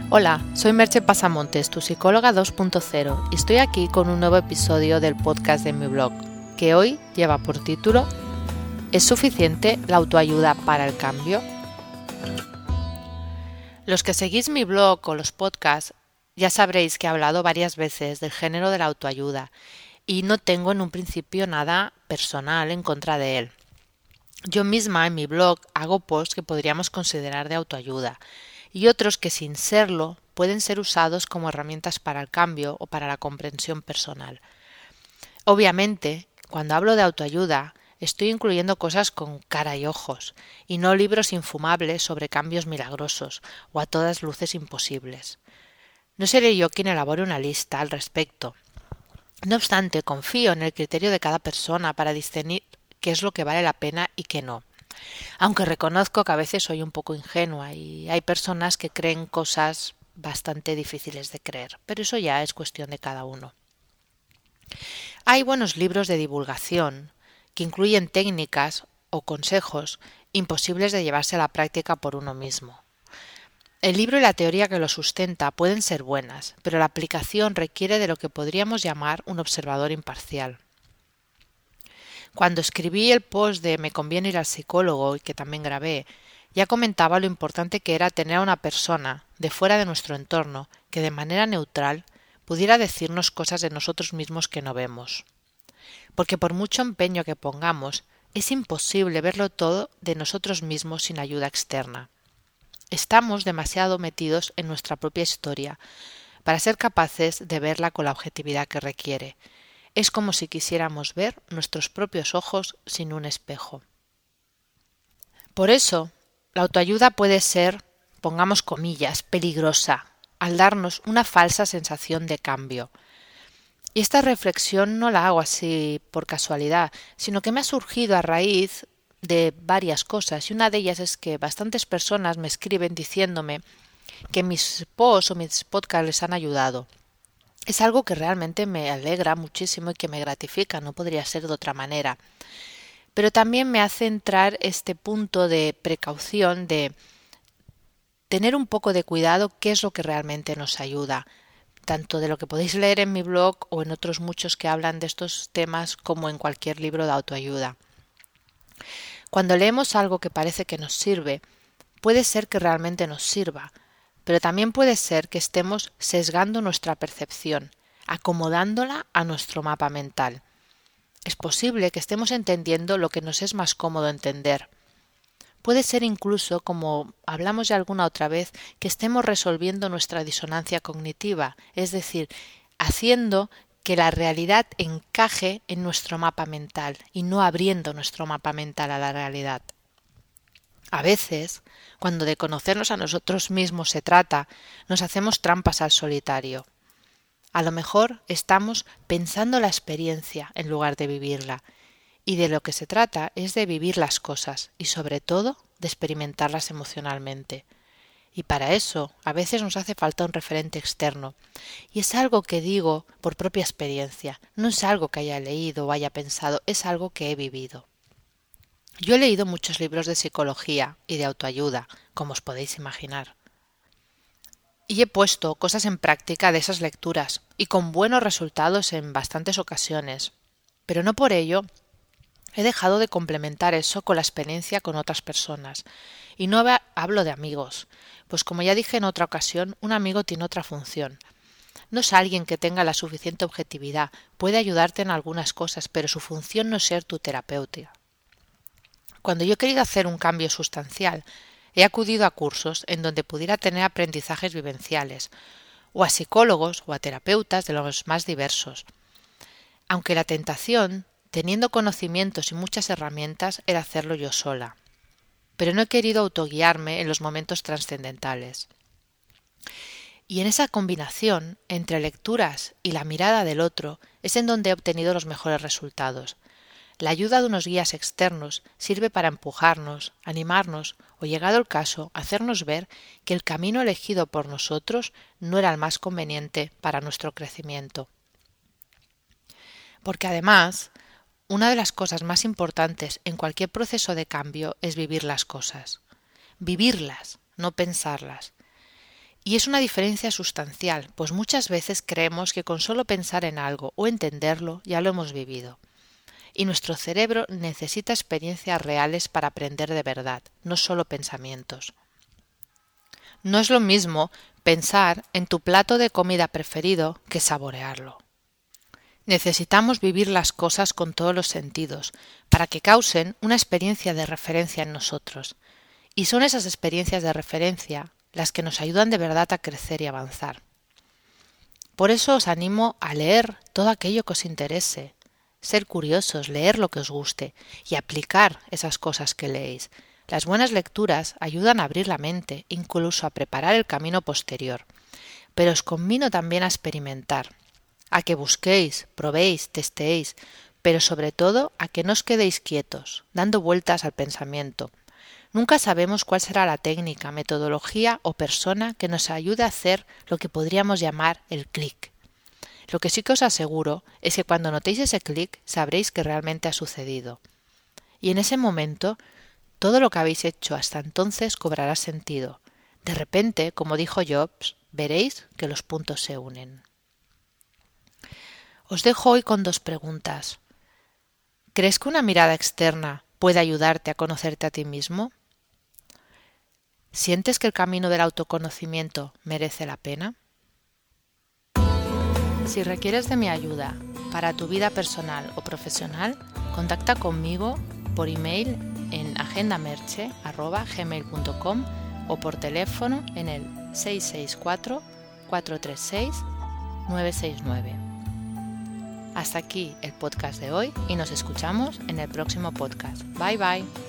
Hola, soy Merche Pasamontes, tu psicóloga 2.0, y estoy aquí con un nuevo episodio del podcast de mi blog, que hoy lleva por título ¿Es suficiente la autoayuda para el cambio? Los que seguís mi blog o los podcasts ya sabréis que he hablado varias veces del género de la autoayuda y no tengo en un principio nada personal en contra de él. Yo misma en mi blog hago posts que podríamos considerar de autoayuda y otros que sin serlo pueden ser usados como herramientas para el cambio o para la comprensión personal. Obviamente, cuando hablo de autoayuda, estoy incluyendo cosas con cara y ojos, y no libros infumables sobre cambios milagrosos o a todas luces imposibles. No seré yo quien elabore una lista al respecto. No obstante, confío en el criterio de cada persona para discernir qué es lo que vale la pena y qué no. Aunque reconozco que a veces soy un poco ingenua y hay personas que creen cosas bastante difíciles de creer, pero eso ya es cuestión de cada uno. Hay buenos libros de divulgación que incluyen técnicas o consejos imposibles de llevarse a la práctica por uno mismo. El libro y la teoría que lo sustenta pueden ser buenas, pero la aplicación requiere de lo que podríamos llamar un observador imparcial. Cuando escribí el post de Me conviene ir al psicólogo y que también grabé, ya comentaba lo importante que era tener a una persona de fuera de nuestro entorno que de manera neutral pudiera decirnos cosas de nosotros mismos que no vemos. Porque por mucho empeño que pongamos, es imposible verlo todo de nosotros mismos sin ayuda externa. Estamos demasiado metidos en nuestra propia historia para ser capaces de verla con la objetividad que requiere. Es como si quisiéramos ver nuestros propios ojos sin un espejo. Por eso, la autoayuda puede ser, pongamos comillas, peligrosa, al darnos una falsa sensación de cambio. Y esta reflexión no la hago así por casualidad, sino que me ha surgido a raíz de varias cosas, y una de ellas es que bastantes personas me escriben diciéndome que mis posts o mis podcasts les han ayudado. Es algo que realmente me alegra muchísimo y que me gratifica, no podría ser de otra manera. Pero también me hace entrar este punto de precaución, de tener un poco de cuidado qué es lo que realmente nos ayuda, tanto de lo que podéis leer en mi blog o en otros muchos que hablan de estos temas como en cualquier libro de autoayuda. Cuando leemos algo que parece que nos sirve, puede ser que realmente nos sirva, pero también puede ser que estemos sesgando nuestra percepción, acomodándola a nuestro mapa mental. Es posible que estemos entendiendo lo que nos es más cómodo entender. Puede ser incluso, como hablamos ya alguna otra vez, que estemos resolviendo nuestra disonancia cognitiva, es decir, haciendo que la realidad encaje en nuestro mapa mental y no abriendo nuestro mapa mental a la realidad. A veces, cuando de conocernos a nosotros mismos se trata, nos hacemos trampas al solitario. A lo mejor estamos pensando la experiencia en lugar de vivirla, y de lo que se trata es de vivir las cosas y sobre todo de experimentarlas emocionalmente. Y para eso a veces nos hace falta un referente externo. Y es algo que digo por propia experiencia, no es algo que haya leído o haya pensado, es algo que he vivido. Yo he leído muchos libros de psicología y de autoayuda, como os podéis imaginar. Y he puesto cosas en práctica de esas lecturas, y con buenos resultados en bastantes ocasiones. Pero no por ello he dejado de complementar eso con la experiencia con otras personas. Y no hablo de amigos, pues como ya dije en otra ocasión, un amigo tiene otra función. No es alguien que tenga la suficiente objetividad, puede ayudarte en algunas cosas, pero su función no es ser tu terapeuta. Cuando yo he querido hacer un cambio sustancial, he acudido a cursos en donde pudiera tener aprendizajes vivenciales, o a psicólogos o a terapeutas de los más diversos. Aunque la tentación, teniendo conocimientos y muchas herramientas, era hacerlo yo sola. Pero no he querido autoguiarme en los momentos trascendentales. Y en esa combinación entre lecturas y la mirada del otro es en donde he obtenido los mejores resultados. La ayuda de unos guías externos sirve para empujarnos, animarnos o, llegado el caso, hacernos ver que el camino elegido por nosotros no era el más conveniente para nuestro crecimiento. Porque además, una de las cosas más importantes en cualquier proceso de cambio es vivir las cosas. Vivirlas, no pensarlas. Y es una diferencia sustancial, pues muchas veces creemos que con solo pensar en algo o entenderlo ya lo hemos vivido. Y nuestro cerebro necesita experiencias reales para aprender de verdad, no solo pensamientos. No es lo mismo pensar en tu plato de comida preferido que saborearlo. Necesitamos vivir las cosas con todos los sentidos para que causen una experiencia de referencia en nosotros. Y son esas experiencias de referencia las que nos ayudan de verdad a crecer y avanzar. Por eso os animo a leer todo aquello que os interese, ser curiosos, leer lo que os guste y aplicar esas cosas que leéis. Las buenas lecturas ayudan a abrir la mente, incluso a preparar el camino posterior. Pero os convino también a experimentar, a que busquéis, probéis, testeéis, pero sobre todo a que no os quedéis quietos, dando vueltas al pensamiento. Nunca sabemos cuál será la técnica, metodología o persona que nos ayude a hacer lo que podríamos llamar el clic. Lo que sí que os aseguro es que cuando notéis ese clic sabréis que realmente ha sucedido. Y en ese momento todo lo que habéis hecho hasta entonces cobrará sentido. De repente, como dijo Jobs, veréis que los puntos se unen. Os dejo hoy con 2 preguntas. ¿Crees que una mirada externa puede ayudarte a conocerte a ti mismo? ¿Sientes que el camino del autoconocimiento merece la pena? Si requieres de mi ayuda para tu vida personal o profesional, contacta conmigo por email en agendamerche@gmail.com o por teléfono en el 664-436-969. Hasta aquí el podcast de hoy y nos escuchamos en el próximo podcast. Bye bye.